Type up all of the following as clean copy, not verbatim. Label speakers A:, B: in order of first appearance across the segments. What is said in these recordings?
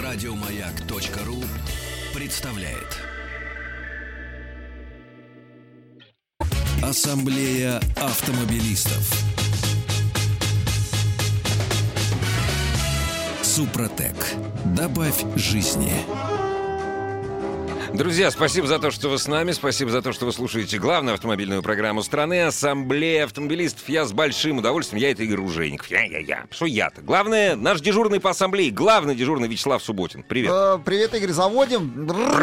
A: Радиомаяк.ру представляет. Ассамблея автомобилистов. Супротек. Добавь жизни.
B: Друзья, спасибо за то, что вы с нами. Спасибо за то, что вы слушаете главную автомобильную программу страны «Ассамблея автомобилистов». Я с большим удовольствием. Я — это Игорь Ружейников. Я. Что я-то? Главное, наш дежурный по ассамблее, главный дежурный Вячеслав Субботин. Привет.
C: Привет, Игорь. Заводим.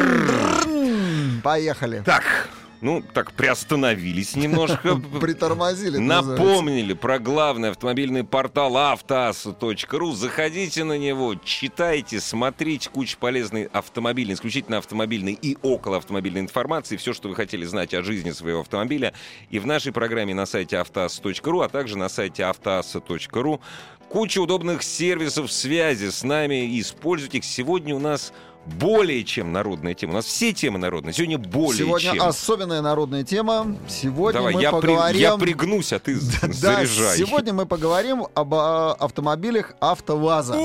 C: Поехали.
B: Так приостановились немножко.
C: Притормозили.
B: Напомнили про главный автомобильный портал автоаса.ру. Заходите на него, читайте, смотрите кучу полезной автомобильной, исключительно автомобильной и околоавтомобильной информации. Все, что вы хотели знать о жизни своего автомобиля. И в нашей программе на сайте автоаса.ру, а также на сайте автоаса.ру. Куча удобных сервисов связи с нами. Используйте их. Сегодня у нас более чем народная тема. У нас все темы народные. Сегодня
C: Сегодня особенная народная тема. Сегодня
B: Давай,
C: мы поговорим...
B: я пригнусь, а ты заряжай.
C: Сегодня мы поговорим об автомобилях АвтоВАЗа.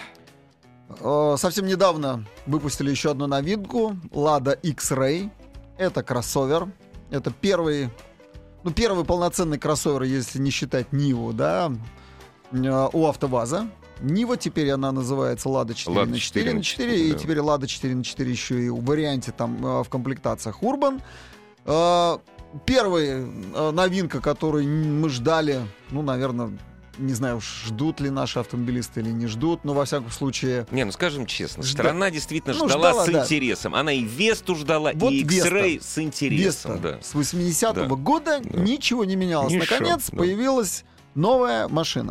C: Совсем недавно выпустили еще одну новинку. Lada X-Ray. Это кроссовер. Это первый полноценный кроссовер, если не считать Ниву, да, у АвтоВАЗа. Нива, теперь она называется Lada 4х4, и теперь Lada 4х4 еще и в варианте там в комплектациях Urban. Первая новинка, которую мы ждали, наверное, не знаю, ждут ли наши автомобилисты или не ждут, но во всяком случае...
B: скажем честно, страна действительно ждала с интересом. Она и Весту ждала, вот и X-Ray с интересом.
C: Веста. С 80-го года ничего не менялось. Наконец появилась новая машина.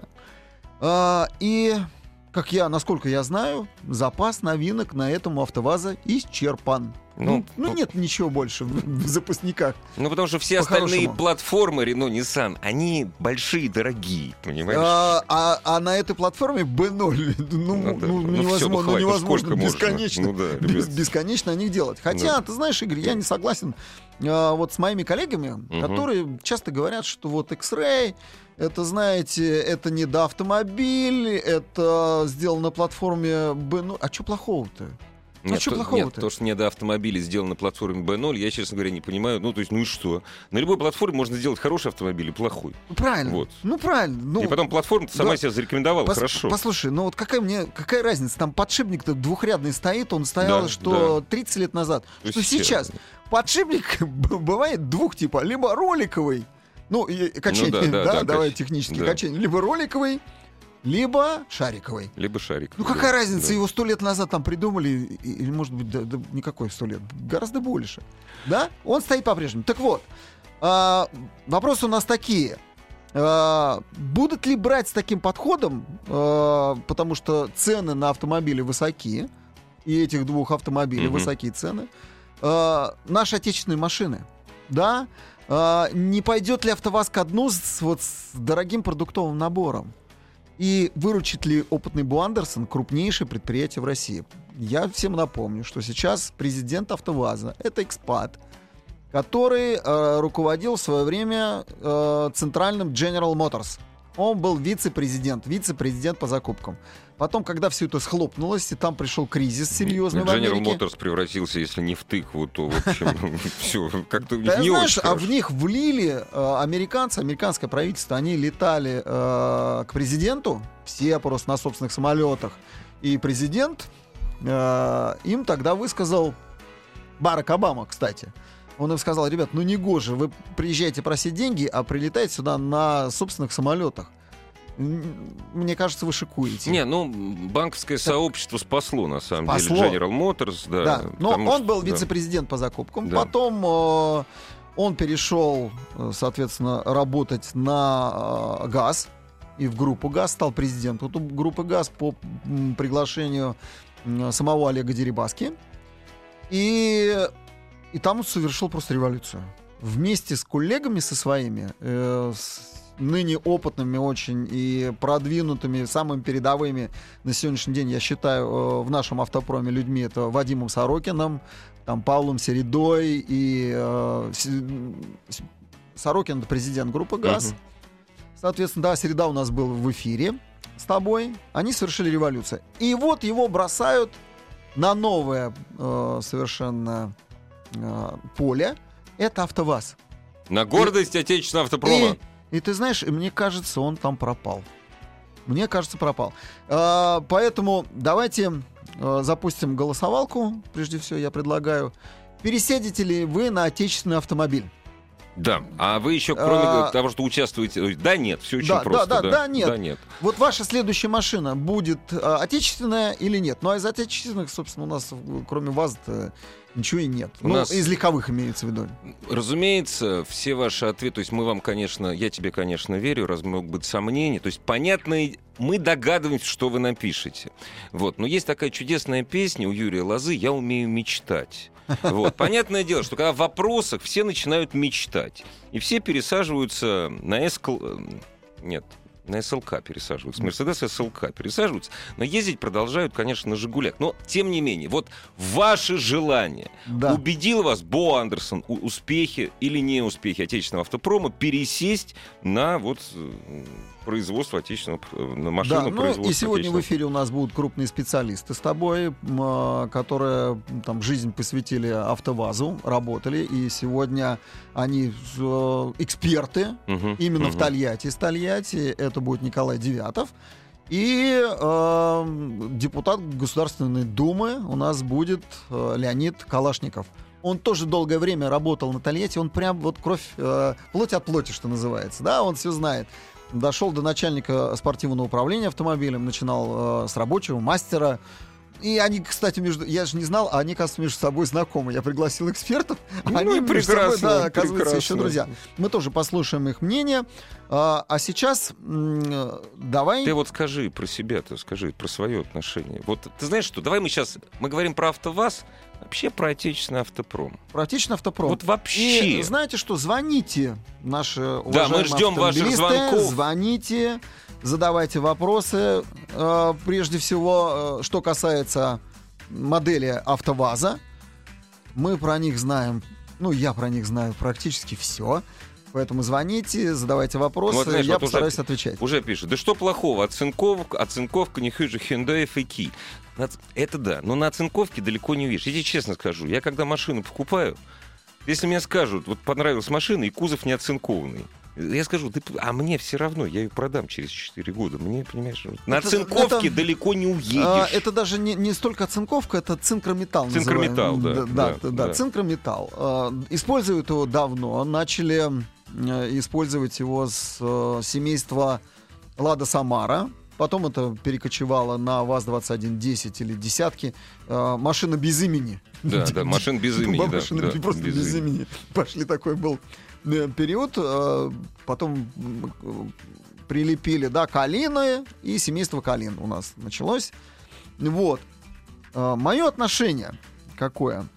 C: И, насколько я знаю, запас новинок на этом у АвтоВАЗа исчерпан. Нет ничего больше в запасниках.
B: Потому что все остальные платформы Renault, Nissan, они большие, дорогие, понимаешь?
C: А на этой платформе B0 невозможно бесконечно о них делать. Хотя, ты знаешь, Игорь, я не согласен вот с моими коллегами, которые часто говорят, что вот X-Ray, это, знаете, это не автомобиль, это сделано на платформе B0. А что плохого-то?
B: Нет, то, что недоавтомобили сделаны на платформе B0, я, честно говоря, не понимаю. И что? На любой платформе можно сделать хороший автомобиль и плохой.
C: Правильно.
B: Вот.
C: Правильно.
B: И потом платформа сама себя зарекомендовала хорошо.
C: Послушай, какая разница? Там подшипник-то двухрядный стоит, он стоял 30 лет назад. Что сейчас? Подшипник бывает двух типа. Либо роликовый, качение, давай технически качение, либо роликовый, либо шариковый. Какая разница, его 100 лет назад там придумали, или, может быть, никакой 100 лет, гораздо больше. Да? Он стоит по-прежнему. Так вот, вопросы у нас такие. Будут ли брать с таким подходом, потому что цены на автомобили высоки, и этих двух автомобилей высокие цены, наши отечественные машины, да? Не пойдет ли АвтоВАЗ ко дну с дорогим продуктовым набором? И выручит ли опытный Бу Андерсон крупнейшее предприятие в России? Я всем напомню, что сейчас президент АвтоВАЗа — это экспат, который руководил в свое время центральным General Motors. Он был вице-президент по закупкам. Потом, когда все это схлопнулось, и там пришел кризис серьезный в Америке...
B: General Motors превратился, если не в тыкву, то, в общем, все как-то не
C: очень
B: хорошо.
C: В них влили американцы, американское правительство, они летали к президенту, все просто на собственных самолетах, и президент им тогда высказал, Барак Обама, кстати, он им сказал: ребят, негоже, вы приезжаете просить деньги, а прилетаете сюда на собственных самолетах. Мне кажется, вы шикуете.
B: Банковское сообщество спасло, на самом деле, General Motors.
C: Да. Но он был вице-президент по закупкам. Да. Потом он перешел, соответственно, работать на ГАЗ. И в группу ГАЗ стал президентом группы ГАЗ по приглашению самого Олега Дерибаски. И там он совершил просто революцию. Вместе с коллегами со своими, ныне опытными очень и продвинутыми, самыми передовыми на сегодняшний день, я считаю, в нашем автопроме людьми, это Вадимом Сорокиным, там, Павлом Середой и Сорокин — это президент группы ГАЗ. Соответственно, Середа у нас был в эфире с тобой. Они совершили революцию. И вот его бросают на новое совершенно поле. Это АвтоВАЗ.
B: На гордость отечественного автопрома.
C: И ты знаешь, мне кажется, он там пропал. Мне кажется, пропал. Поэтому давайте запустим голосовалку. Прежде всего, я предлагаю. Пересядете ли вы на отечественный автомобиль?
B: Да. А вы еще, кроме того, что участвуете... Да, нет, все очень просто.
C: Да, нет. Вот ваша следующая машина будет отечественная или нет? Ну, а из отечественных, собственно, у нас, кроме вас, ничего и нет. Из легковых имеется в виду.
B: Разумеется, все ваши ответы, то есть мы вам, конечно, я тебе, конечно, верю, раз могут быть сомнения, то есть понятно, мы догадываемся, что вы напишете. Вот. Но есть такая чудесная песня у Юрия Лозы «Я умею мечтать». Вот. Понятное дело, что когда в вопросах все начинают мечтать, и все пересаживаются на на СЛК пересаживаются, Мерседес СЛК пересаживаются, но ездить продолжают, конечно, на «Жигулях». Но, тем не менее, вот ваше желание, убедил вас Бо Андерсон успехи или неуспехи отечественного автопрома пересесть на производство отечественного, на машину производства.
C: И сегодня в эфире у нас будут крупные специалисты с тобой, которые там жизнь посвятили АвтоВАЗу, работали, и сегодня они эксперты именно в Тольятти. Из Тольятти это будет Николай Девятов. И депутат Государственной Думы у нас будет Леонид Калашников. Он тоже долгое время работал на Тольятти, он прям вот кровь, плоть от плоти, что называется, да, он все знает. Дошел до начальника спортивного управления автомобилем, начинал с рабочего, мастера. И они, кстати, я же не знал, а они, кажется, между собой знакомы. Я пригласил экспертов, они между собой, оказывается, еще друзья. Мы тоже послушаем их мнение. А сейчас давай...
B: Ты вот скажи про себя-то, скажи про свое отношение. Вот ты знаешь что, давай мы говорим про АвтоВАЗ, вообще про отечественный автопром.
C: Про отечественный автопром.
B: Вот вообще.
C: И знаете что, звоните, наши уважаемые
B: мы ждем ваших звонков.
C: Звоните, задавайте вопросы. Прежде всего, что касается модели АвтоВАЗа, мы про них знаем, я про них знаю практически все. Поэтому звоните, задавайте вопросы, я постараюсь отвечать.
B: Уже пишут, да что плохого, оцинковка не хуже Hyundai и Kia. Это да, но на оцинковке далеко не увидишь. Я тебе честно скажу, я когда машину покупаю, если мне скажут, вот понравилась машина и кузов не оцинкованный, я скажу, а мне все равно, я ее продам через 4 года. Мне, понимаешь, на оцинковке далеко не уедешь.
C: Это даже не столько оцинковка, это цинкрометалл.
B: Цинкрометалл,
C: да. Цинкрометалл. Используют его давно. Начали использовать его с семейства Лада Самара. Потом это перекочевало на ВАЗ-2110 или десятки. Машина без имени.
B: Да, машина без имени.
C: Машина просто без имени. Пошли, такой был период. Потом прилепили, Калины, и семейство Калин у нас началось. Вот. Мое отношение какое?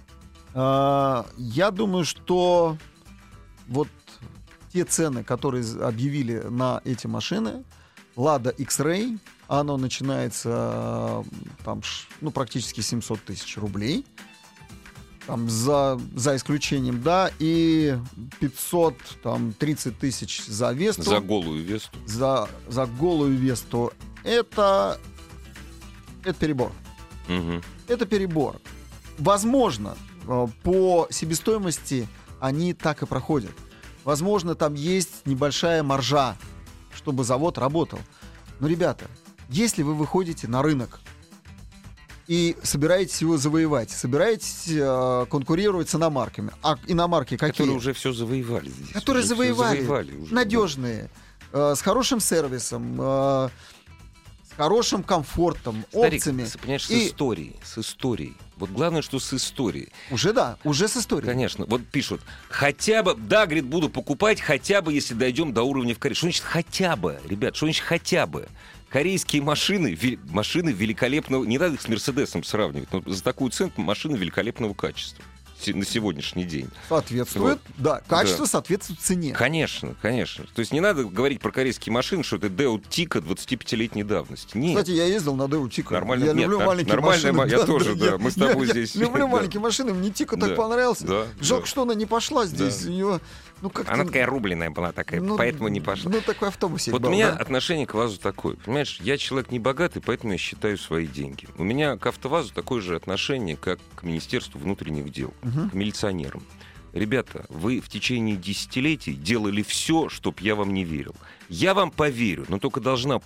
C: Я думаю, что вот те цены, которые объявили на эти машины, Lada X-Ray, оно начинается практически 700 тысяч рублей. Там за исключением, и 530 тысяч за Весту.
B: За голую Весту.
C: За голую Весту. Это перебор.
B: Угу.
C: Это перебор. Возможно, по себестоимости они так и проходят. Возможно, там есть небольшая маржа, чтобы завод работал. Но, ребята, если вы выходите на рынок и собираетесь его завоевать, собираетесь конкурировать с иномарками. А иномарки какие?
B: Которые уже все завоевали здесь.
C: Которые завоевали уже, надежные, с хорошим сервисом, с хорошим комфортом, опциями.
B: Ты понимаешь, с историей. Вот главное, что с историей.
C: Уже с историей.
B: Конечно. Вот пишут, хотя бы, говорит, буду покупать, хотя бы, если дойдем до уровня в Корее. Что значит хотя бы, ребят, что значит хотя бы? Корейские машины великолепного... Не надо их с Мерседесом сравнивать, но за такую цену машины великолепного качества. на сегодняшний день.
C: Соответствует,
B: Вот.
C: да, качество соответствует цене.
B: Конечно, конечно. То есть не надо говорить про корейские машины, что это Deo Tika 25-летней давности. Нет.
C: Кстати, я ездил на Deo Tika.
B: Нормально.
C: Я
B: Нет,
C: люблю маленькие
B: нормальная
C: машины.
B: я тоже, да. Мы с тобой
C: я
B: здесь.
C: люблю
B: да.
C: маленькие машины, мне Тика
B: Да.
C: так понравился.
B: Да,
C: Жалко,
B: да.
C: что она не пошла здесь.
B: Да.
C: У нее, ну, как-то...
B: Она такая рубленная была такая,
C: ну,
B: поэтому не пошла.
C: Ну, такой автобус есть
B: Вот
C: был,
B: у меня
C: да?
B: отношение к ВАЗу такое. Понимаешь, я человек не богатый, поэтому я считаю свои деньги. У меня к АвтоВАЗу такое же отношение, как к Министерству внутренних дел, к милиционерам. Ребята, вы в течение десятилетий делали все, чтоб я вам не верил. Я вам поверю, но только должен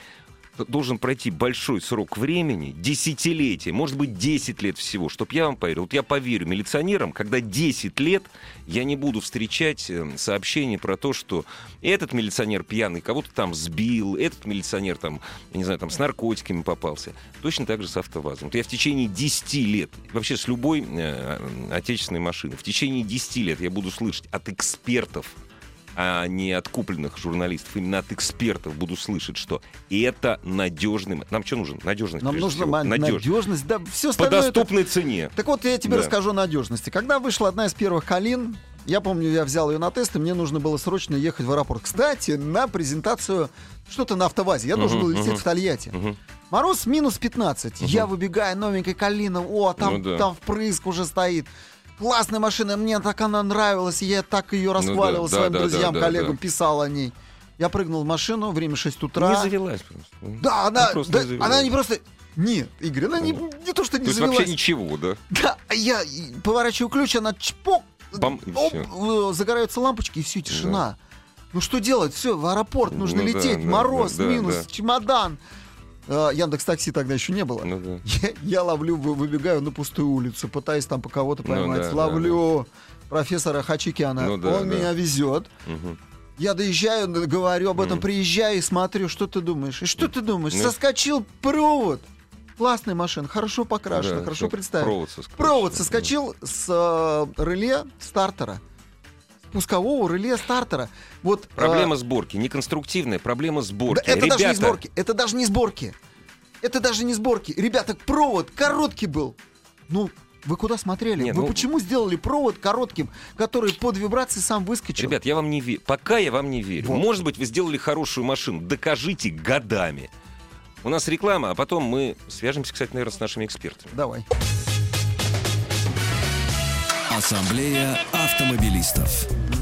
B: пройти большой срок времени, десятилетия, может быть, 10 лет всего, чтобы я вам поверил. Вот я поверю милиционерам, когда 10 лет я не буду встречать сообщения про то, что этот милиционер пьяный кого-то там сбил, этот милиционер там, я не знаю, там с наркотиками попался. Точно так же с АвтоВАЗом. Вот я в течение 10 лет, вообще с любой отечественной машины, в течение 10 лет я буду слышать от экспертов, а не от купленных журналистов, именно от экспертов буду слышать, что это надежный... Нам что нужно? Надежность.
C: Нам нужна надежность, да, все
B: по
C: остальное...
B: доступной цене.
C: Так вот, я тебе расскажу о надежности. Когда вышла одна из первых Калин, я помню, я взял ее на тест, и мне нужно было срочно ехать в аэропорт. Кстати, на презентацию что-то на АвтоВАЗе. Я должен был лететь в Тольятти. Мороз минус 15. Я выбегаю, новенькая Калина, там впрыск уже стоит. Классная машина, мне так она нравилась, и я так ее расхваливал своим друзьям, коллегам, писал о ней. Я прыгнул в машину, время 6 утра.
B: Не завелась просто.
C: Да, она не просто... Нет, Игорь, она не то, что не
B: то есть
C: завелась.
B: вообще ничего, да?
C: Да, я поворачиваю ключ, она чпок,
B: Бам,
C: загораются лампочки, и все, тишина. Ну что делать? Все, в аэропорт нужно лететь, мороз, минус, чемодан. Яндекс.Такси тогда еще не было. Я ловлю, выбегаю на пустую улицу, пытаюсь там по кого-то поймать. Ловлю профессора Хачикяна. Он меня везет. Я доезжаю, говорю об этом, приезжаю и смотрю, что ты думаешь? И что ты думаешь? Соскочил провод. Классная машина, хорошо покрашена, хорошо представлена. Провод соскочил с реле стартера. Пускового реле стартера. Вот,
B: проблема сборки, не конструктивная, проблема сборки.
C: Да, это даже не сборки. Это даже не сборки. Это даже не сборки. Ребята, провод короткий был. Ну, вы куда смотрели?
B: Нет,
C: вы почему сделали провод коротким, который под вибрацией сам выскочил?
B: Ребят, я вам не верю. Пока я вам не верю.
C: Вот.
B: Может быть, вы сделали хорошую машину. Докажите годами. У нас реклама, а потом мы свяжемся, кстати, наверное, с нашими экспертами.
C: Давай.
A: Ассамблея автомобилистов.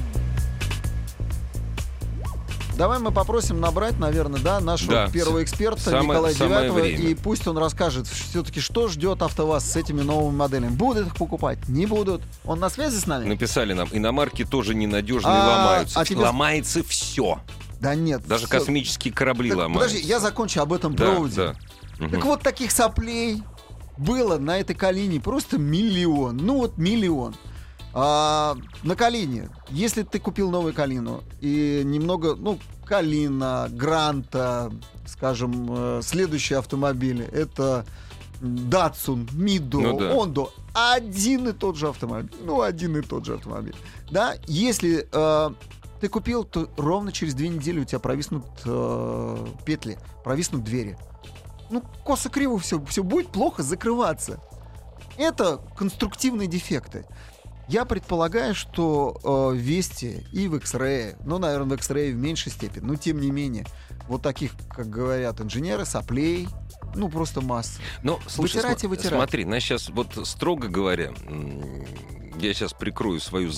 C: Давай мы попросим набрать, наверное, нашего первого эксперта Николая Девятова, и пусть он расскажет все-таки, что ждет АвтоВАЗ с этими новыми моделями. Будут их покупать, не будут. Он на связи с нами?
B: Написали нам, иномарки тоже ненадежные, ломаются. Ломается все.
C: Да нет.
B: Даже космические корабли ломаются.
C: Подожди, я закончу об этом проводе. Так вот, таких соплей было на этой Калине просто миллион. Ну вот миллион. На Калине, если ты купил новую Калину и немного, Калина, Гранта, скажем, следующие автомобили, это Datsun, Mido, Ондо, один и тот же автомобиль. Да, если ты купил, то ровно через 2 недели у тебя провиснут петли, провиснут двери. Косо-криво все будет плохо закрываться. Это конструктивные дефекты. Я предполагаю, что Вести и в X-Ray, наверное, в X-Ray в меньшей степени, но тем не менее, вот таких, как говорят инженеры, соплей, просто масса.
B: Слушай,
C: вытирать.
B: Смотри, сейчас вот строго говоря, я сейчас прикрою свою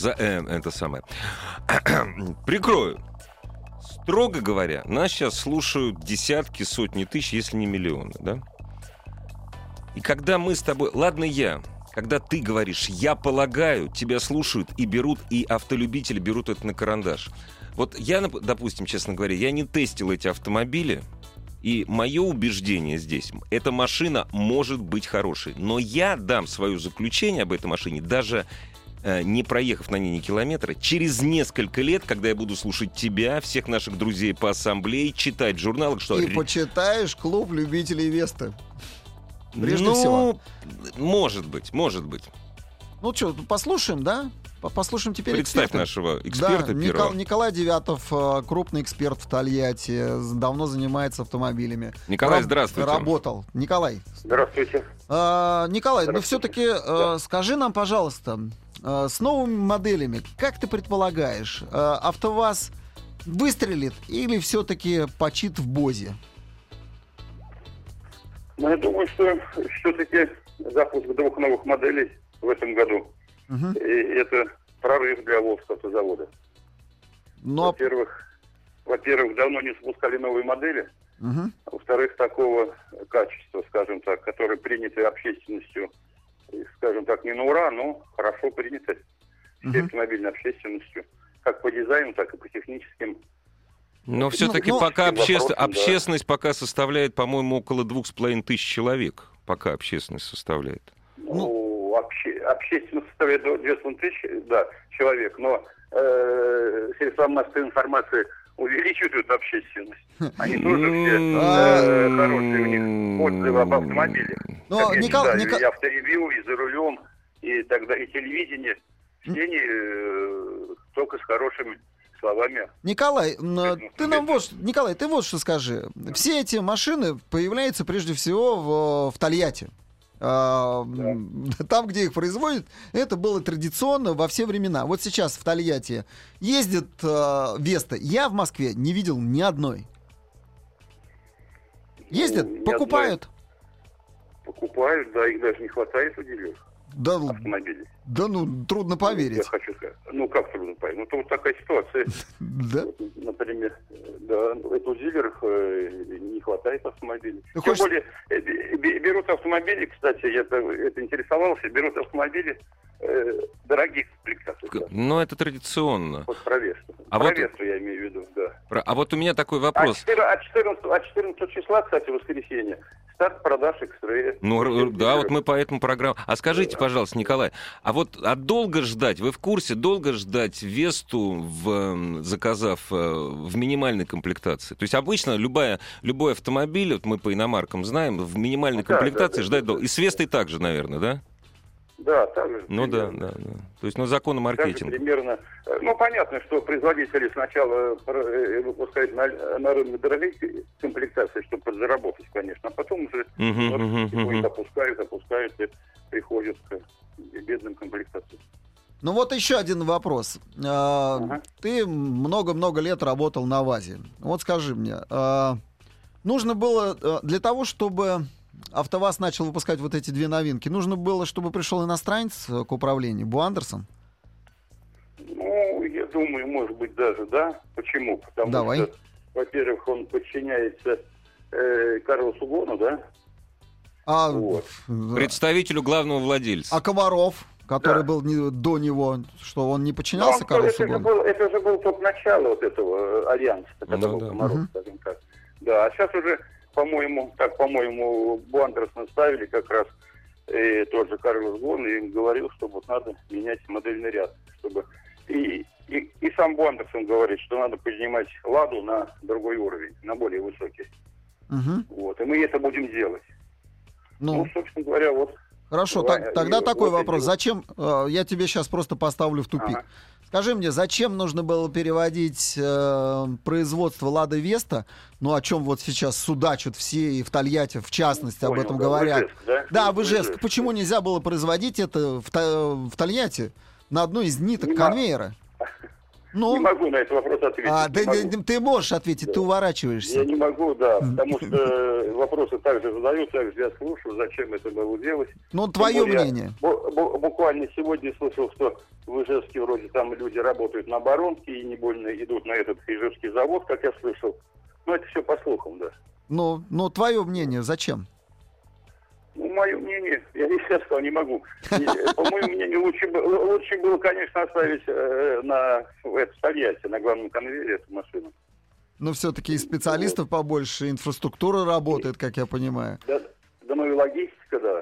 B: прикрою. Строго говоря, нас сейчас слушают десятки, сотни тысяч, если не миллионы, да? И когда мы с тобой... Когда ты говоришь «я полагаю», тебя слушают и берут, и автолюбители берут это на карандаш. Вот я, допустим, честно говоря, я не тестил эти автомобили, и мое убеждение здесь, эта машина может быть хорошей. Но я дам свое заключение об этой машине, даже не проехав на ней ни километра, через несколько лет, когда я буду слушать тебя, всех наших друзей по ассамблее, читать в журналах, что...
C: И почитаешь клуб любителей Весты. Прежде всего.
B: Может быть.
C: Что, послушаем, да? Послушаем теперь
B: Представь
C: эксперта.
B: нашего эксперта
C: Да,
B: первого.
C: Николай Девятов, крупный эксперт в Тольятти, давно занимается автомобилями.
B: Николай, здравствуйте.
C: Работал. Николай.
D: Здравствуйте.
C: Николай, ну
D: Здравствуйте.
C: все-таки скажи нам, пожалуйста, с новыми моделями, как ты предполагаешь, АвтоВАЗ выстрелит или все-таки почит в БОЗе?
D: Ну, я думаю, что все-таки запуск 2 новых моделей в этом году,
C: Угу.
D: и это прорыв для Волжского автозавода.
C: Но...
D: Во-первых, давно не запускали новые модели,
C: Угу.
D: а во-вторых, такого качества, скажем так, которое принято общественностью, скажем так, не на ура, но хорошо принято всей автомобильной общественностью, как по дизайну, так и по техническим.
B: Но все-таки
C: ну,
B: пока
D: вопросам, да.
B: общественность пока составляет, по-моему, около 2500 человек. Пока общественность составляет.
D: Ну, общественность составляет 2500, да, человек, но средства массовой информации увеличивают эту общественность. Они тоже все хорошие, у них отзывы об автомобилях.
C: Но,
D: Как я
C: Николай,
D: читаю, и авторевью, и за рулем, и тогда и телевидение. Все они только с хорошими словами.
C: Николай, Николай, ты вот что скажи. Все эти машины появляются прежде всего в Тольятти. Там, где их производят, это было традиционно во все времена. Вот сейчас в Тольятти ездит Веста. Я в Москве не видел ни одной. Ездят,
D: Ну,
C: покупают.
D: Покупают, да, их даже не хватает у дилеров
C: Да,
D: автомобилей.
C: да, ну, трудно
D: Я
C: поверить.
D: хочу сказать. Ну, как трудно поверить? Ну, то вот такая ситуация.
C: Да?
D: Вот, например, да, это у дилеров не хватает автомобилей.
C: Ты
D: Тем
C: хочешь-
D: более, берут автомобили, кстати, я это интересовался, берут автомобили дорогих комплектаций.
B: Но это традиционно.
D: Вот про Весту.
B: А
D: Про
B: вот-
D: Весту я имею в виду, да.
B: А вот у меня такой вопрос.
D: 14 числа, кстати, воскресенье, старт продаж X-Ray.
B: Ну, да, вот мы по этому программу. А скажите, пожалуйста, Николай, а долго ждать, вы в курсе, долго ждать Весту, заказав в минимальной комплектации? То есть обычно любой автомобиль, вот мы по иномаркам знаем, в минимальной
D: Да,
B: комплектации
D: да,
B: ждать
D: да.
B: долго. И с Вестой также, наверное, да?
D: Да, так же.
B: Ну да,
D: примерно.
B: да. То есть, законы
D: Так же
B: маркетинга.
D: примерно. Ну, понятно, что производители сначала выпускают на рынок дорогие комплектации, чтобы подзаработать, конечно, а потом уже опускают и приходят к бедным комплектациям.
C: Ну вот еще один вопрос. Ты много-много лет работал на ВАЗе. Вот скажи мне, нужно было для того, чтобы АвтоВАЗ начал выпускать вот эти 2 новинки, нужно было, чтобы пришел иностранец к управлению, Бу Андерсон?
D: Ну, я думаю, может быть, даже, да. Почему? Потому
C: Давай.
D: что, во-первых, он подчиняется Карлосу Гону, да? Вот.
B: Представителю главного владельца.
C: А Комаров, который
D: Да.
C: был до него, что он не подчинялся
D: Ну,
C: Карлосу Гону?
D: это же был только начало вот этого альянса, когда был
B: да.
D: Комаров, скажем так. Да, а сейчас уже, по-моему, Бу Андерсона ставили как раз тот же Карлос Гон, и им говорил, что вот надо менять модельный ряд, чтобы... И сам Бу Андерсон говорит, что надо поднимать «Ладу» на другой уровень, на более высокий.
C: Угу.
D: Вот, и мы это будем делать. Ну, собственно говоря, вот...
C: Хорошо, тогда такой вопрос. Зачем, я тебе сейчас просто поставлю в тупик.
D: Ага.
C: Скажи мне, зачем нужно было переводить производство «Лада Веста», ну, о чем вот сейчас судачат все, и в Тольятти, в частности, об этом говорят.
D: В Ижевск, да?
C: Да, в Ижевск.
D: Ижевск.
C: Почему нельзя было производить это в Тольятти на одной из ниток
D: Не
C: конвейера? Ну,
D: Не могу на этот вопрос ответить.
C: ты можешь ответить, ты уворачиваешься.
D: Я не могу, да, потому что вопросы также задают, также я слушаю, зачем это было делать.
C: Ну, твое
D: Тем более,
C: мнение.
D: Буквально сегодня слышал, что в Ижевске вроде там люди работают на оборонке и не больно идут на этот ижевский завод, как я слышал. Но это все по слухам, да.
C: Ну, твое мнение, зачем?
D: Ну, мое мнение, я не сказал, не могу. По моему мнению, лучше было, конечно, оставить в Тольятти, на главном конвейере эту машину.
C: Но все-таки и специалистов побольше, инфраструктура работает, как я понимаю.
D: Да, ну и логистика, да.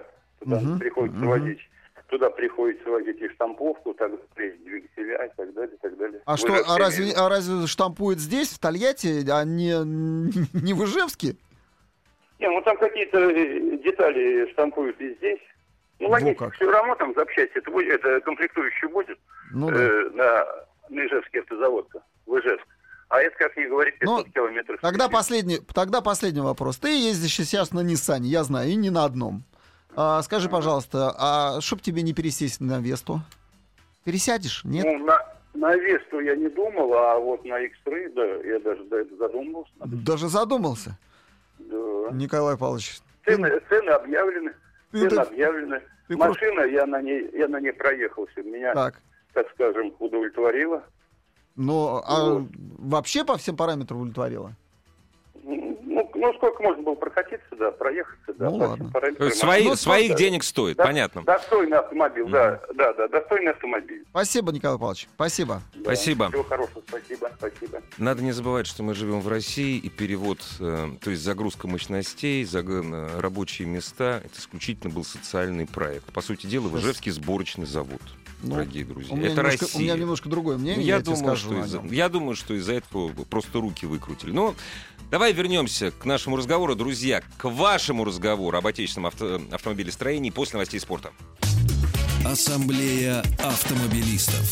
D: Туда приходится возить и штамповку, так далее, двигателя и так далее, и так далее.
C: А разве штампуют здесь, в Тольятти, а не в Ижевске?
D: Не, ну там какие-то детали штампуют и здесь. Ну, логично, все равно там запчасти, это комплектующий будет на Ижевский автозавод, в Ижевск. А это, как ни говорит, 500 километров.
C: Тогда последний вопрос. Ты ездишь сейчас на Ниссане, я знаю, и не на одном. Скажи, пожалуйста, а чтоб тебе не пересесть на Весту? Пересядешь? Нет?
D: Ну, на Весту я не думал, а вот на X3, да, я даже до этого задумался.
C: Даже задумался?
D: Да.
C: Николай Павлович.
D: Цены объявлены. Машина, я на ней проехался. Меня, так скажем, удовлетворила.
C: Ну, а вообще по всем параметрам удовлетворила?
D: Ну, сколько можно было прокатиться, да, проехаться, да.
C: Ну, ладно.
B: Своих денег стоит, понятно.
D: Достойный автомобиль, да, достойный автомобиль.
C: Спасибо, Николай Павлович, спасибо.
D: Да,
B: спасибо.
D: Всего хорошего, спасибо.
B: Надо не забывать, что мы живем в России, и перевод, то есть загрузка мощностей, рабочие места, это исключительно был социальный проект. По сути дела, в Ижевске сборочный завод. Дорогие друзья, это Россия.
C: У меня немножко другое мнение.
B: Я думаю, что из-за этого просто руки выкрутили. Но давай вернемся к нашему разговору, друзья, к вашему разговору об отечественном автомобилестроении после новостей спорта.
A: Ассамблея автомобилистов.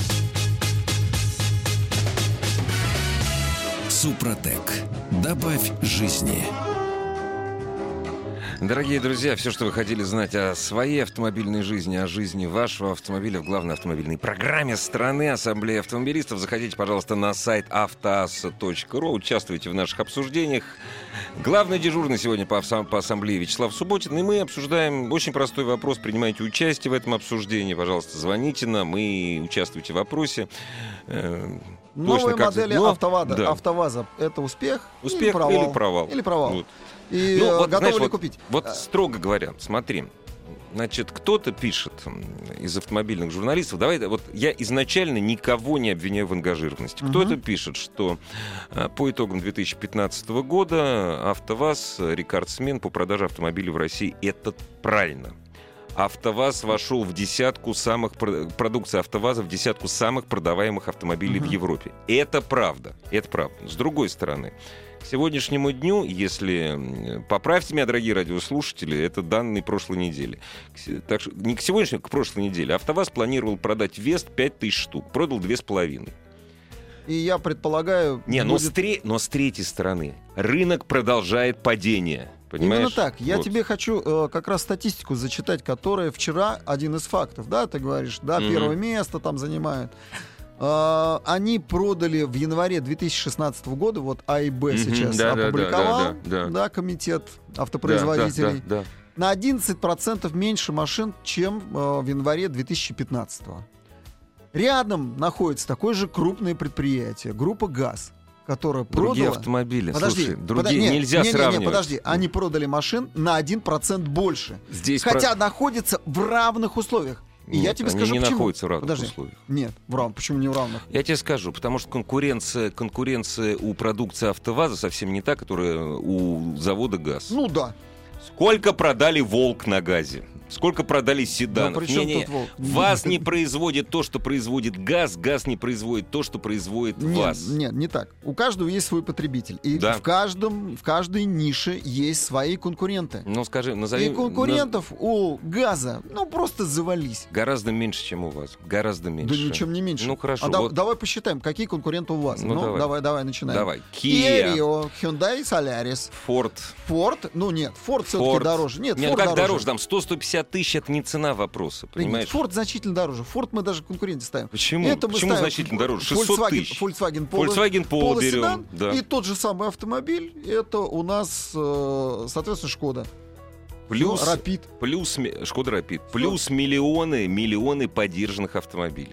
A: Супротек. Добавь жизни.
B: Дорогие друзья, все, что вы хотели знать о своей автомобильной жизни, о жизни вашего автомобиля в главной автомобильной программе страны «Ассамблея автомобилистов», заходите, пожалуйста, на сайт автоаса.ру, участвуйте в наших обсуждениях. Главный дежурный сегодня по ассамблее Вячеслав Субботин, и мы обсуждаем очень простой вопрос. Принимайте участие в этом обсуждении, пожалуйста, звоните нам и участвуйте в вопросе.
C: Новые модели АвтоВАЗа — это успех
B: или провал?
C: Или провал.
B: Вот.
C: И готовы ли купить?
B: Вот строго говоря, смотри, значит, кто-то пишет из автомобильных журналистов, я изначально никого не обвиняю в ангажированности. Кто-то пишет, что по итогам 2015 года АвтоВАЗ рекордсмен по продаже автомобилей в России. Это правильно. АвтоВАЗ вошел в десятку продукция АвтоВАЗа в десятку самых продаваемых автомобилей в Европе. Это правда. С другой стороны, к сегодняшнему дню, если... Поправьте меня, дорогие радиослушатели, это данные прошлой недели. Так что не к сегодняшнему, к прошлой неделе. АвтоВАЗ планировал продать Вест 5000 штук. Продал 2,5.
C: И я предполагаю...
B: Но с третьей стороны, рынок продолжает падение. Понимаешь?
C: Именно так. Я тебе хочу как раз статистику зачитать, которая вчера один из фактов. Да, ты говоришь, первое место там занимают. Они продали в январе 2016 года, вот АИБ сейчас опубликовал, комитет автопроизводителей, на 11% меньше машин, чем в январе 2015. Рядом находится такое же крупное предприятие, группа ГАЗ, которая продала...
B: Другие автомобили, нельзя сравнивать.
C: Подожди, они продали машин на 1% больше, хотя находятся в равных условиях. И я тебе скажу,
B: не
C: почему.
B: Находятся в равных условиях.
C: Нет, почему не в равных?
B: Я тебе скажу, потому что конкуренция у продукции АвтоВАЗа совсем не та, которая у завода ГАЗ.
C: Ну да.
B: Сколько продали «Волк» на ГАЗе? Сколько продали седанов? ВАЗ не производит то, что производит ГАЗ, ГАЗ не производит то, что производит ВАЗ.
C: Нет, не так. У каждого есть свой потребитель. И в каждой нише есть свои конкуренты.
B: Ну, скажи, назови...
C: И конкурентов у ГАЗа, просто завались.
B: Гораздо меньше, чем у ВАЗ. Гораздо меньше.
C: Да ничем не меньше.
B: Ну, хорошо.
C: Давай посчитаем, какие конкуренты у ВАЗа. Давай, начинаем.
B: Давай.
C: Kia, Rio, Hyundai, Solaris.
B: Ford.
C: Ford все-таки дороже. Нет, Ford
B: как дороже? Там 100-150 тысяч — это не цена вопроса, понимаешь?
C: Ford значительно дороже. Ford мы даже конкуренте ставим.
B: Почему? Почему значительно дороже? 600 тысяч.
C: Volkswagen
B: Polo берем.
C: Да. И тот же самый автомобиль, это у нас, соответственно, Шкода.
B: Плюс
C: Rapid.
B: Шкода Rapid. Плюс миллионы подержанных автомобилей.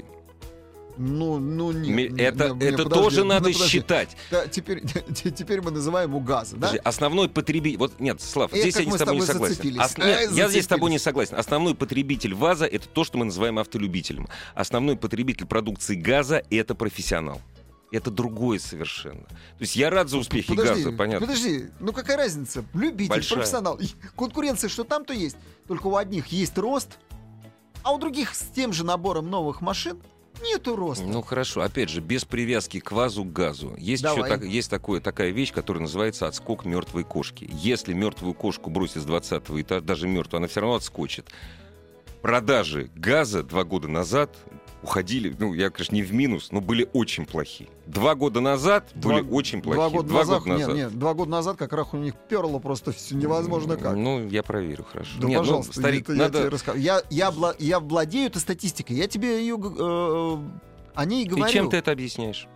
B: Это тоже надо считать.
C: Да, теперь мы называем у ГАЗа, да?
B: Основной потребитель... Слав, здесь я с тобой не согласен. Я здесь с тобой не согласен. Основной потребитель ВАЗа — это то, что мы называем автолюбителем. Основной потребитель продукции ГАЗа — это профессионал. Это другое совершенно. То есть я рад за успехи ГАЗа, понятно.
C: Подожди, какая разница? Любитель, большая. Профессионал. Конкуренция что там, то есть. Только у одних есть рост, а у других с тем же набором новых машин нету роста.
B: Хорошо, опять же, без привязки к ВАЗу, к ГАЗу. Есть такая вещь, которая называется отскок мертвой кошки. Если мертвую кошку бросить с 20-го этажа, даже мертвую, она все равно отскочит. продажи газа 2 года назад уходили, ну, я, конечно, не в минус, но были очень плохие. 2 года назад были очень плохие.
C: 2 года назад. Нет, 2 года назад как раз у них перло просто все невозможно как.
B: Ну, я проверю, хорошо.
C: Да,
B: нет,
C: пожалуйста,
B: ну, старик,
C: я тебе расскажу. Я владею этой статистикой, я тебе ее о ней говорю.
B: И чем ты это объясняешь?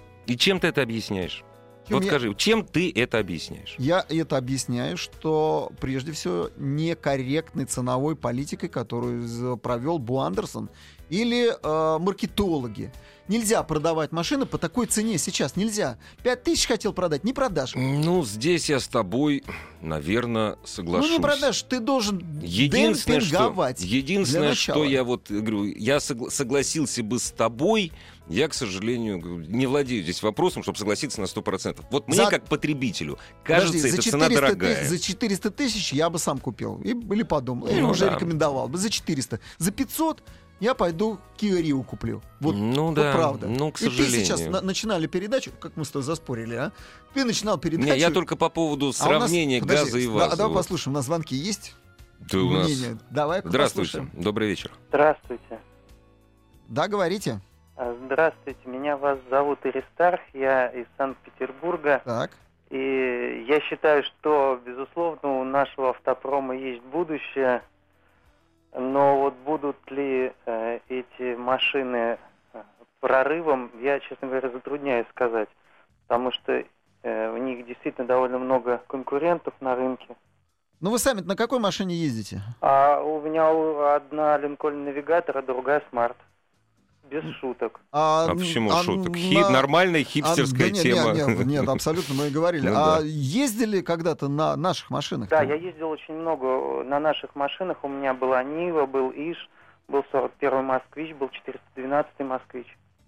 B: Вот скажи, чем ты это объясняешь?
C: Я это объясняю, что прежде всего некорректной ценовой политикой, которую провел Бо Андерсон или маркетологи. Нельзя продавать машины по такой цене сейчас. Нельзя. 5000 хотел продать, не продашь.
B: Ну, здесь я с тобой, наверное, соглашусь.
C: Ну, не продашь, ты должен демпинговать.
B: Единственное, что я вот говорю, я согласился бы с тобой, я, к сожалению, не владею здесь вопросом, чтобы согласиться на 100%. Вот мне, как потребителю, кажется, эта цена дорогая.
C: За 400 тысяч я бы сам купил. Или подумал. Или уже рекомендовал бы. За 400. За 500 я пойду Kia Rio куплю. Вот, вот правда.
B: Ну, к сожалению.
C: И ты сейчас начинали передачу, как мы с тобой заспорили, а? Ты начинал передачу...
B: Не, я только по поводу сравнения газа и ВАЗа.
C: Давай послушаем, у нас звонки есть?
B: Да, у нас...
C: Давай
B: Здравствуйте,
C: послушаем.
B: Добрый вечер.
E: Здравствуйте.
C: Да, говорите.
E: Здравствуйте, меня вас зовут Аристарх, я из Санкт-Петербурга.
C: Так.
E: И я считаю, что, безусловно, у нашего автопрома есть будущее. Но вот будут ли эти машины прорывом, я, честно говоря, затрудняюсь сказать. Потому что у них действительно довольно много конкурентов на рынке.
C: Ну вы сами на какой машине ездите?
E: А у меня одна Lincoln Navigator, а другая Smart. Без шуток.
B: Почему шуток? Нормальная хипстерская тема.
C: Нет, абсолютно, мы и говорили. Ездили когда-то на наших машинах?
E: Да, я ездил очень много на наших машинах. У меня была Нива, был Иж, был 41-й Москвич, был 412-й Москвич.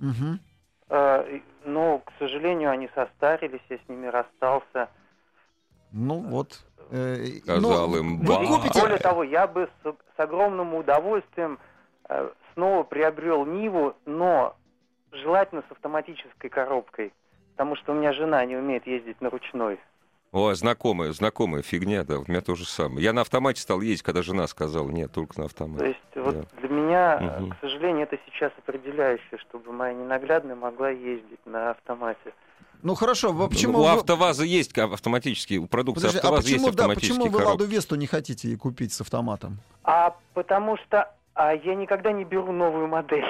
E: Но, к сожалению, они состарились, я с ними расстался.
C: Ну вот.
B: Сказал им,
E: более того, я бы с огромным удовольствием снова приобрел Ниву, но желательно с автоматической коробкой, потому что у меня жена не умеет ездить на ручной.
B: О, знакомая фигня, да, у меня то же самое. Я на автомате стал ездить, когда жена сказала, нет, только на автомате.
E: То есть вот для меня, к сожалению, это сейчас определяющее, чтобы моя ненаглядная могла ездить на автомате.
C: Ну хорошо, почему...
B: У АвтоВАЗа есть автоматический, у продукции АвтоВАЗа есть автоматический
C: почему вы
B: коробки?
C: Ладу Весту не хотите купить с автоматом?
E: Потому что я никогда не беру новую модель.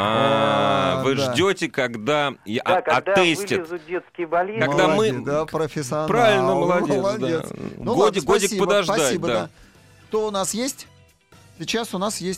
B: Вы ждете, когда оттестят.
E: Вывезут детские болезни.
B: Когда
C: мы... Да, профессионал.
B: Правильно, молодец. Да.
C: Ну,
B: годик подождать.
C: Спасибо,
B: да.
C: Кто у нас есть? Сейчас у нас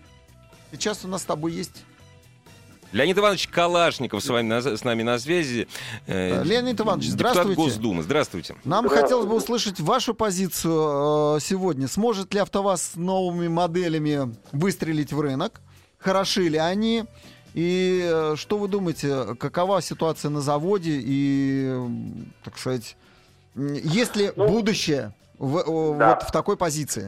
C: с тобой есть.
B: Леонид Иванович Калашников с нами на связи.
C: Леонид Иванович, здравствуйте.
B: Депутат Госдумы, здравствуйте.
C: Нам хотелось бы услышать вашу позицию сегодня. Сможет ли АвтоВАЗ с новыми моделями выстрелить в рынок? Хороши ли они? И что вы думаете, какова ситуация на заводе? И, так сказать, есть ли будущее вот в такой позиции?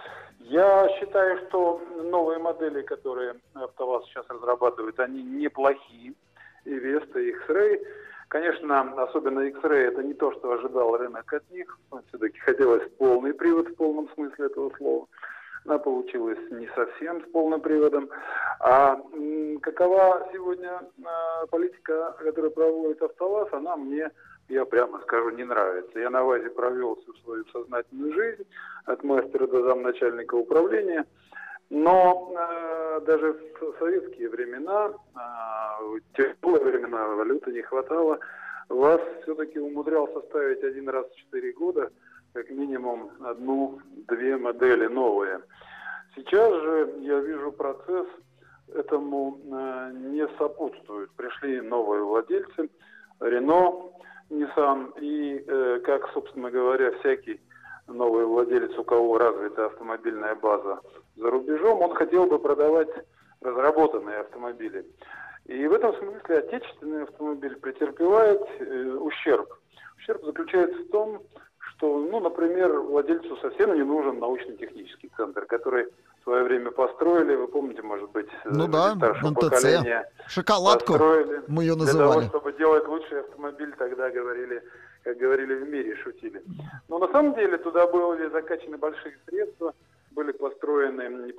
F: Я считаю, что новые модели, которые АвтоВАЗ сейчас разрабатывает, они неплохие. И Веста, и X-Ray. Конечно, особенно X-Ray, это не то, что ожидал рынок от них. Все-таки хотелось полный привод в полном смысле этого слова. Она получилась не совсем с полным приводом. А какова сегодня политика, которую проводит АвтоВАЗ, она мне, я прямо скажу, не нравится. Я на ВАЗе провел всю свою сознательную жизнь, от мастера до замначальника управления. Но даже в советские времена, в тяжелые времена, валюты не хватало, ВАЗ все-таки умудрялся ставить один раз в 4 года как минимум 1-2 модели новые. Сейчас же я вижу процесс этому не сопутствует. Пришли новые владельцы, Renault, Nissan, и, как, собственно говоря, всякий новый владелец, у кого развита автомобильная база за рубежом, он хотел бы продавать разработанные автомобили. И в этом смысле отечественный автомобиль претерпевает ущерб. Ущерб заключается в том, что, например, владельцу совсем не нужен научно-технический центр, который в свое время построили, вы помните, может быть, старшего поколения.
C: Шоколадку
F: построили
C: мы ее называли.
F: Для того, чтобы делать лучший автомобиль, тогда говорили, как говорили в мире, шутили. Но на самом деле туда были закачаны большие средства, были построены неплохие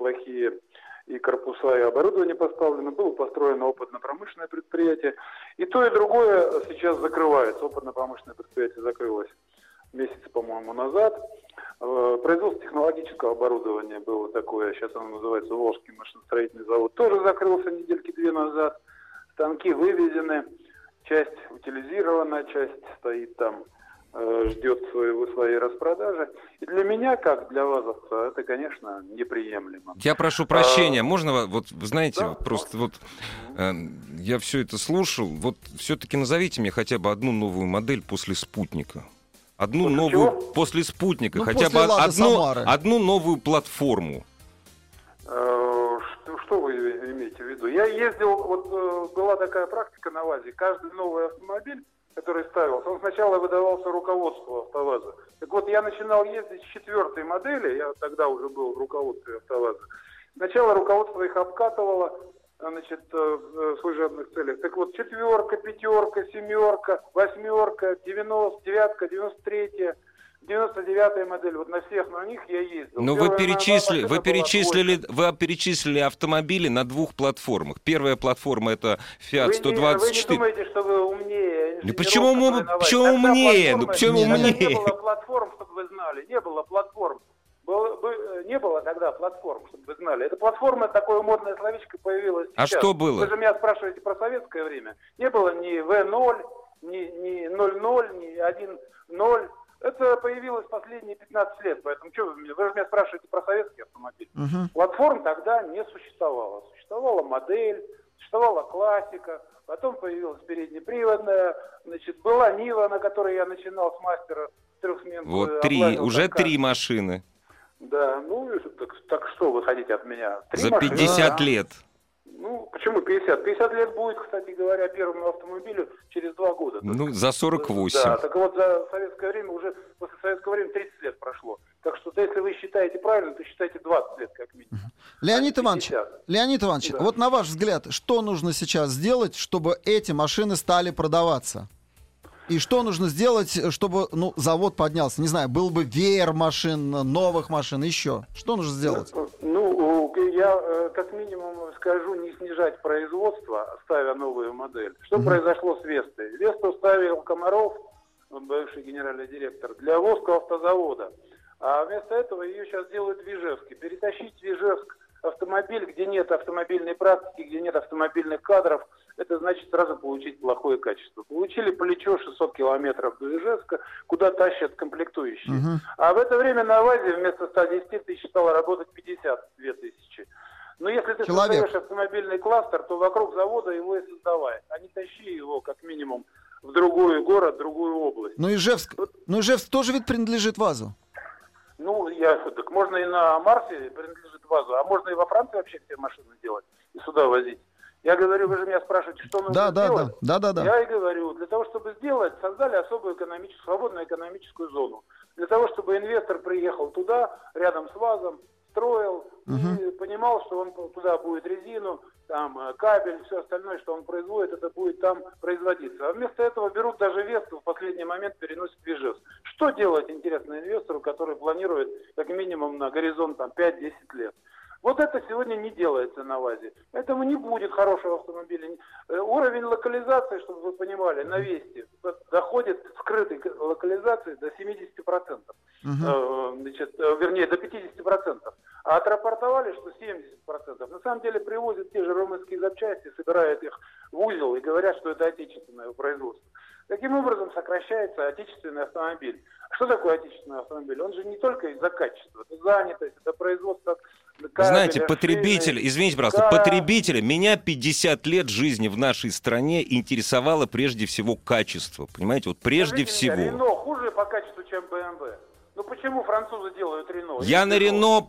F: неплохие и корпуса, и оборудование поставлено. Было построено опытно-промышленное предприятие. И то, и другое сейчас закрывается. Опытно-промышленное предприятие закрылось месяц, по-моему, назад. Производство технологического оборудования было такое, сейчас оно называется Волжский машиностроительный завод, тоже закрылся недельки 2 назад. Станки вывезены, часть утилизирована, часть стоит там, ждет своей распродажи. И для меня, как для вазовца, это, конечно, неприемлемо.
B: Я прошу прощения, можно, вот, вы знаете,
F: да,
B: просто вот я все это слушал, вот все-таки назовите мне хотя бы одну новую модель после «Спутника». Одну
F: после
B: новую
F: чего?
B: После «Спутника»,
C: Ну,
B: хотя бы одну новую платформу.
F: Что вы имеете в виду? Я ездил, вот была такая практика на ВАЗе, каждый новый автомобиль, который ставился, он сначала выдавался руководству АвтоВАЗа. Так вот, я начинал ездить с 4-й модели, я тогда уже был в руководстве АвтоВАЗа. Сначала руководство их обкатывало, значит, в служебных целях. Так вот, 4-ка, 5-ка, 7-ка, 8-ка, 99-ка, 93-я, 99-я модель, вот на всех на них я ездил.
B: Но вы перечислили автомобили на 2 платформах. Первая платформа — это Fiat 124.
F: Вы не думаете, что вы умнее?
B: Ну почему умнее? Ну почему умнее?
F: Не было платформ, чтобы вы знали. Не было платформ. Не было тогда платформ, чтобы вы знали. Эта платформа, такое модное словечко, появилось сейчас.
B: А что было?
F: Вы же меня спрашиваете про советское время. Не было ни V0, ни 00, ни 1.0. Это появилось последние 15 лет. Поэтому что вы же меня спрашиваете про советский автомобиль. Платформ тогда не существовало. Существовала модель, существовала классика. Потом появилась переднеприводная. Значит, была Нива, на которой я начинал с мастера трехсменку.
B: Вот уже 3 машины.
F: Да, ну, так что вы хотите от меня? 3
B: за
F: машины,
B: 50
F: да.
B: лет.
F: Ну, почему 50? 50 лет будет, кстати говоря, первому автомобилю через 2 года.
B: Ну, за 48.
F: Да, так вот за советское время, уже после советского времени 30 лет прошло. Так что, если вы считаете правильно, то считайте 20 лет как минимум.
C: Леонид Иванович,
F: да.
C: Вот на ваш взгляд, что нужно сейчас сделать, чтобы эти машины стали продаваться? И что нужно сделать, чтобы завод поднялся? Не знаю, был бы веер машин, новых машин, еще. Что нужно сделать?
F: Ну, я как минимум скажу, не снижать производство, ставя новую модель. Что произошло с Вестой? Весту ставил Комаров, бывший генеральный директор, для Волжского автозавода. А вместо этого ее сейчас делают в Ижевске. Перетащить в Ижевск автомобиль, где нет автомобильной практики, где нет автомобильных кадров, это значит сразу получить плохое качество. Получили плечо 600 километров до Ижевска, куда тащат комплектующие. А в это время на ВАЗе вместо 110 тысяч стало работать 52 тысячи. Но если ты создаешь автомобильный кластер, то вокруг завода его и создавай. А не тащи его как минимум в другой город, в другую область.
C: Но Ижевск тоже ведь принадлежит ВАЗу.
F: Ну, так можно и на Марсе принадлежит ВАЗу, а можно и во Франции вообще все машины делать и сюда возить. Я говорю, вы же меня спрашиваете, что нужно сделать? Да. Я и говорю, для того, чтобы сделать, создали особую свободную экономическую зону. Для того, чтобы инвестор приехал туда, рядом с ВАЗом, строил и понимал, что он туда будет резину, там кабель, все остальное, что он производит, это будет там производиться. А вместо этого берут даже Весту, в последний момент переносят в Ижевск. Что делать, интересно, инвестору, который планирует как минимум на горизонт 5-10 лет? Вот это сегодня не делается на ВАЗе. Поэтому не будет хорошего автомобиля. Уровень локализации, чтобы вы понимали, на Весте доходит скрытой локализации до 70%. Вернее, до 50%. А отрапортовали, что 70%. На самом деле привозят те же румынские запчасти, собирают их в узел и говорят, что это отечественное производство. Таким образом сокращается отечественный автомобиль. Что такое отечественный автомобиль? Он же не только из-за качества. Это занятость, это производство кабеля,
B: знаете, потребитель, извините, пожалуйста, потребителя, меня 50 лет жизни в нашей стране интересовало прежде всего качество. Понимаете, вот прежде всего.
F: Рено хуже по качеству, чем BMW. Ну почему французы делают Рено?
B: Я на Рено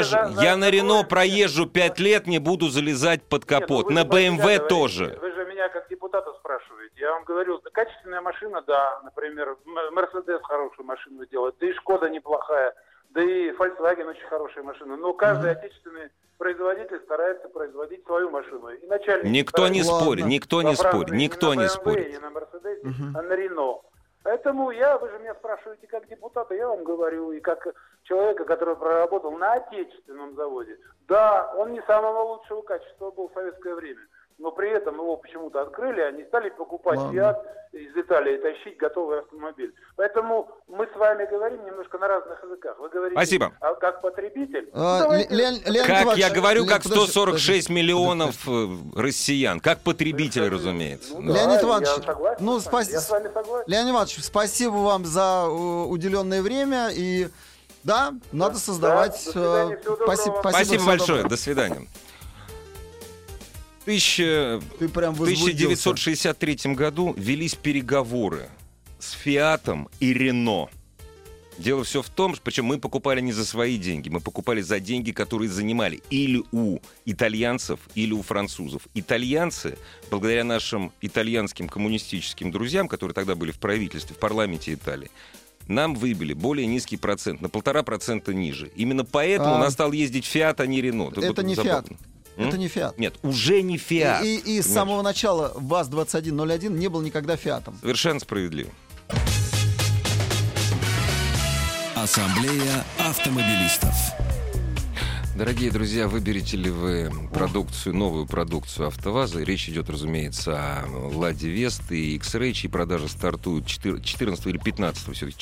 B: проезжу 5 лет, не буду залезать под капот. На BMW тоже.
F: Вы же меня как депутата спрашиваете. Я вам говорю, качественная машина, да, например, Мерседес хорошую машину делает, да и Шкода неплохая, да и Volkswagen очень хорошая машина. Но каждый отечественный производитель старается производить свою машину. И начальник
B: никто не спорит.
F: Не на Мерседесе, а на Рено. Поэтому вы же меня спрашиваете как депутата, я вам говорю, и как человека, который проработал на отечественном заводе. Да, он не самого лучшего качества был в советское время, но при этом его почему-то открыли, они стали покупать «Фиат» из Италии и тащить готовый автомобиль. Поэтому мы с вами говорим немножко на разных языках. Вы говорите,
B: спасибо.
F: Как потребитель.
B: Как я говорю, как 146 миллионов россиян, как потребитель, разумеется.
C: Леонид Иванович,
F: я с вами согласен.
C: Леонид Иванович, спасибо вам за уделенное время. И да, надо создавать...
B: Спасибо большое, до свидания. В 1963 году велись переговоры с «Фиатом» и «Рено». Дело все в том, причем мы покупали не за свои деньги, мы покупали за деньги, которые занимали или у итальянцев, или у французов. Итальянцы, благодаря нашим итальянским коммунистическим друзьям, которые тогда были в правительстве, в парламенте Италии, нам выбили более низкий процент, на 1,5% ниже. Именно поэтому у нас стал ездить «Фиат», а не «Рено».
C: Это не «Фиат». Это не «Фиат».
B: Нет, уже не «Фиат».
C: И с самого начала ВАЗ-2101 не был никогда «Фиатом».
B: Совершенно справедливо.
A: Ассамблея автомобилистов.
B: Дорогие друзья, выберете ли вы новую продукцию АвтоВАЗа? Речь идет, разумеется, о «Ладе Веста» и X-Ray, чьи продажи стартуют 14 или 15 все-таки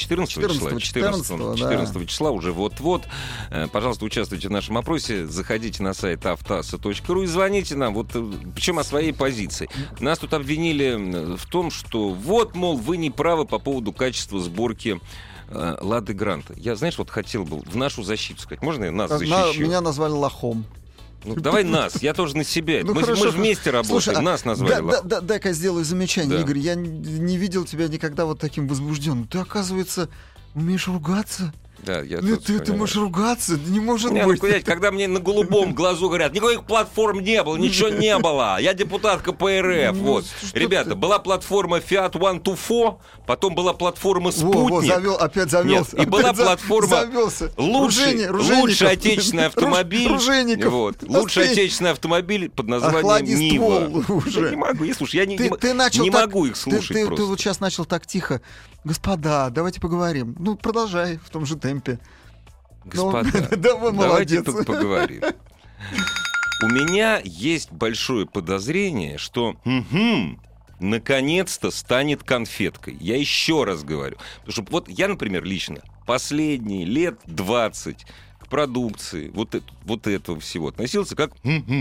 B: 14 числа, уже вот-вот. Пожалуйста, участвуйте в нашем опросе, заходите на сайт автоаса.ру и звоните нам, причем о своей позиции. Нас тут обвинили в том, что мол, вы не правы по поводу качества сборки «Лады Гранта». Я, хотел бы в нашу защиту сказать. Можно я нас защищу?
C: Меня назвали лохом.
B: Давай нас, я тоже на себя. Мы же вместе работаем, слушай, нас назвали лохом.
C: Дай-ка я сделаю замечание, Игорь. Я не видел тебя никогда таким возбужденным. Ты, оказывается, умеешь ругаться.
B: Да,
C: ты можешь ругаться, не может быть.
B: Когда мне на голубом глазу говорят, никаких платформ не было, ничего не было, я депутат КПРФ. Ребята, была платформа Fiat 124, потом была платформа Спутник.
C: Опять завелся.
B: И была платформа лучший отечественный автомобиль. Лучший отечественный автомобиль под названием Нива. Я не могу, слушай, я не могу их слушать просто.
C: Ты вот сейчас начал так тихо. Господа, давайте поговорим. Продолжай в том же темпе.
B: Господа, давайте тут поговорим. У меня есть большое подозрение, что наконец-то станет конфеткой. Я еще раз говорю. Потому что я, например, лично последние лет 20 к продукции этого всего относился как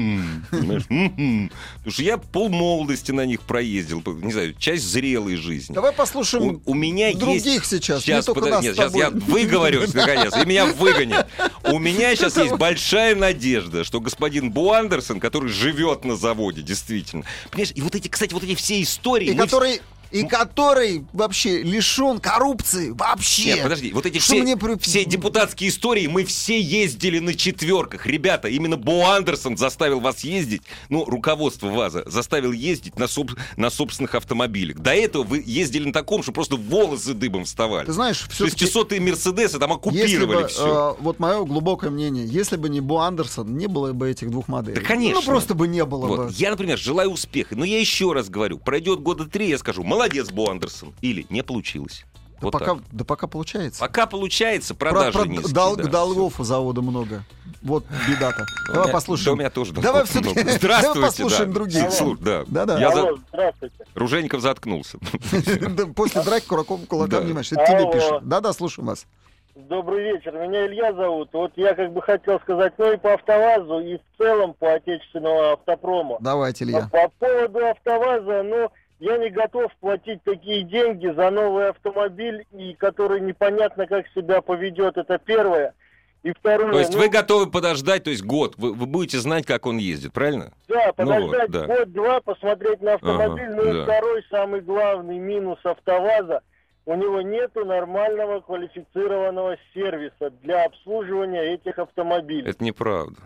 B: потому что я полмолодости на них проездил, не знаю, часть зрелой жизни.
C: Давай послушаем у меня других
B: есть...
C: сейчас,
B: не только нас с тобой. Сейчас я выговорюсь наконец, и меня выгонят. У меня сейчас есть большая надежда, что господин Бо Андерсон, который живет на заводе, действительно, понимаешь, и эти все истории...
C: И который вообще лишен коррупции вообще.
B: Нет, подожди, эти все депутатские истории, мы все ездили на четверках. Ребята, именно Бо Андерсон заставил вас ездить, руководство ВАЗа заставил ездить на собственных автомобилях. До этого вы ездили на таком, что просто волосы дыбом вставали.
C: Ты знаешь,
B: 600-е Мерседесы там оккупировали все.
C: Мое глубокое мнение, если бы не Бо Андерсон, не было бы этих двух моделей.
B: Да, конечно.
C: Просто бы не было бы.
B: Я, например, желаю успеха, но я еще раз говорю, пройдет года 3, я скажу, молодец, Бо Андерсон. Или не получилось.
C: Пока получается.
B: Пока получается, продажи низкие.
C: Долгов у завода много. Вот беда-то. Давай послушаем.
B: Да, у меня тоже
C: Давай все-таки послушаем других.
B: Да.
G: Здравствуйте.
B: Ружейников заткнулся.
C: После драки кулаком не машешь. Это тебе пишут. Да, слушаем вас.
G: Добрый вечер, меня Илья зовут. Я хотел сказать, и по АвтоВАЗу, и в целом по отечественному автопрому.
C: Давайте, Илья.
G: По поводу АвтоВАЗа, я не готов платить такие деньги за новый автомобиль, и который непонятно как себя поведет, это первое. И второе...
B: То есть вы готовы подождать, то есть год, вы будете знать, как он ездит, правильно?
G: Да, подождать год-два, посмотреть на автомобиль. И второй, самый главный минус АвтоВАЗа, у него нету нормального квалифицированного сервиса для обслуживания этих автомобилей.
B: Это неправда.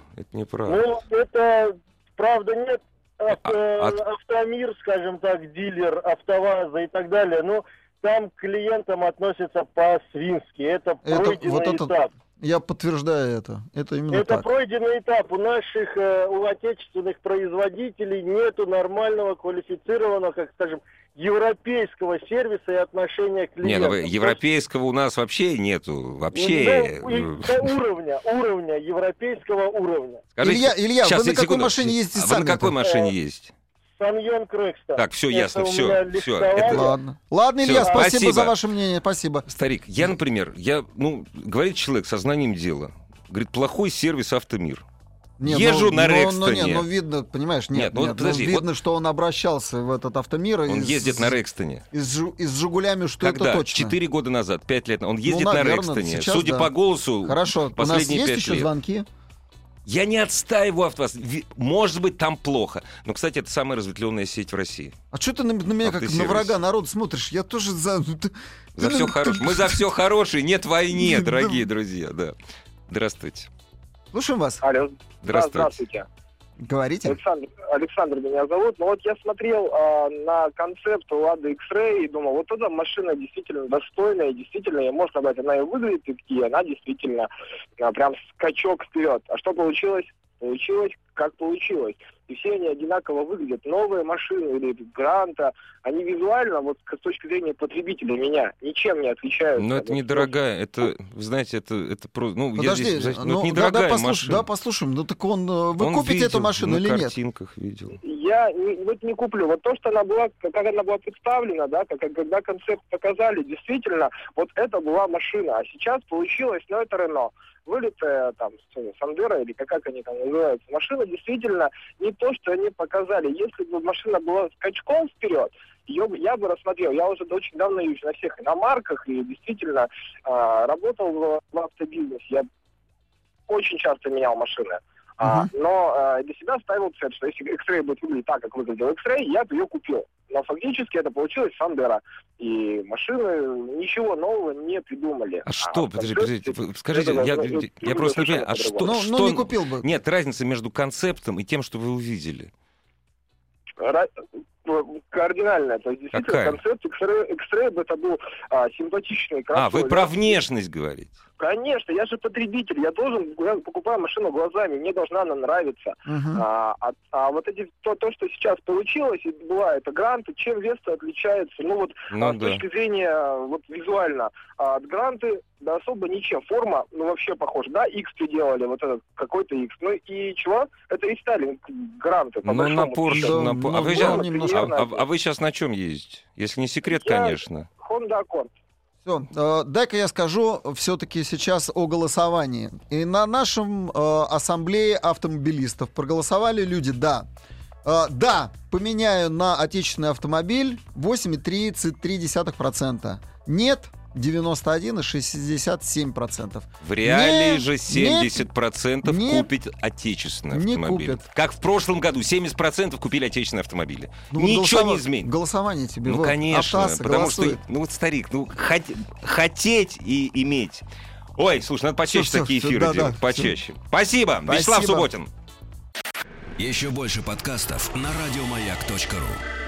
G: Это правда нет. Автомир, скажем так, дилер АвтоВАЗа и так далее, там к клиентам относятся по-свински. Это пройденный этап.
C: Я подтверждаю это. Это именно
G: это
C: так.
G: Пройденный этап. У отечественных производителей нету нормального, квалифицированного, как, скажем, европейского сервиса и отношения к клиентам.
B: Не, европейского у нас вообще нету. Вообще.
G: Уровня, европейского уровня.
B: Скажите,
C: Илья, вы на какой машине ездите сами?
B: Вы на какой машине ездите?
G: Саньон Крекста.
B: Так, все ясно, все.
C: Ладно, Илья, спасибо за ваше мнение, спасибо.
B: Старик, например, говорит человек со знанием дела, говорит, плохой сервис «Автомир». Езжу на Рекстоне.
C: Но видно, понимаешь, подожди, видно, что он обращался в этот «Автомир».
B: Он ездит на Рекстоне.
C: И с «Жигулями», что
B: когда?
C: это точно.
B: 4 года назад, 5 лет назад. Он ездит на Рекстоне. Судя по голосу,
C: хорошо,
B: последние 5 лет.
C: У нас есть еще звонки?
B: Я не отстаиваю АвтоВАЗ. Может быть, там плохо. Но, кстати, это самая разветвленная сеть в России.
C: А что ты на меня как на врага народа смотришь? Я тоже за...
B: За все хорошее. Мы за все хорошее. Нет войне, дорогие друзья. Да. Здравствуйте.
C: Слушаем вас.
H: Алло.
B: Здравствуйте.
C: Говорите.
H: Александр меня зовут. Вот я смотрел на концепт Lada X-Ray и думал, вот эта машина действительно достойная, действительно, и можно сказать, она и выглядит, и она действительно прям скачок вперед. А что получилось? Получилось, как получилось. И все они одинаково выглядят. Новые машины или Гранта, они визуально, вот с точки зрения потребителя меня, ничем не отличаются.
B: Но это недорогая, это, вы знаете, это просто...
C: Подожди,
B: это недорогая машина.
C: Да, послушаем. Вы купите
B: видел,
C: эту машину или нет?
B: на картинках видел.
H: Я не куплю. Вот то, что она была, как она была представлена, да, когда концепт показали, действительно, вот это была машина. А сейчас получилось, это Рено. Вылитая там Сандера или как они там называются. Машина действительно не то, что они показали. Если бы машина была скачком вперед, я бы рассмотрел. Я уже очень давно езжу на всех иномарках и действительно работал в автобизнесе. Я очень часто менял машины. Но для себя ставил цель, что если X-Ray будет выглядеть так, как выглядел X-Ray, я бы ее купил. Но фактически это получилось Сандера. И машины ничего нового не придумали.
B: А что? Подождите, скажите, я просто не понимаю, а что...
C: не купил бы.
B: Нет, разница между концептом и тем, что вы увидели.
H: Кардинальная. То есть, действительно, концепт X-Ray это был симпатичный кроссовер.
B: Вы про внешность говорите?
H: Конечно, я же потребитель, я покупаю машину глазами, мне должна она нравиться. А вот то, что сейчас получилось, и была эта Гранта, чем Веста отличается, с точки зрения визуально, от Гранты, да особо ничем. Форма, вообще похожа. Да, X приделали, вот этот какой-то X. И чего? Это рестайлинг Гранты.
B: На Porsche. А вы сейчас на чем ездите? Если не секрет, конечно.
H: Honda Accord.
C: Все, дай-ка я скажу все-таки сейчас о голосовании. И на нашем ассамблее автомобилистов проголосовали люди «да». Да, поменяю на отечественный автомобиль 8,33%. Нет, 91,67%.
B: В реалии же 70% купит отечественный автомобиль.
C: Купят.
B: Как в прошлом году 70% купили отечественные автомобили. Ничего не изменит.
C: Голосование тебе.
B: Конечно.
C: Автаса
B: потому
C: голосует.
B: что, старик, хотеть и иметь. Ой, слушай, надо почаще такие эфиры делать. Почаще. Спасибо. Вячеслав Субботин.
A: Еще больше подкастов на радиомаяк.ру.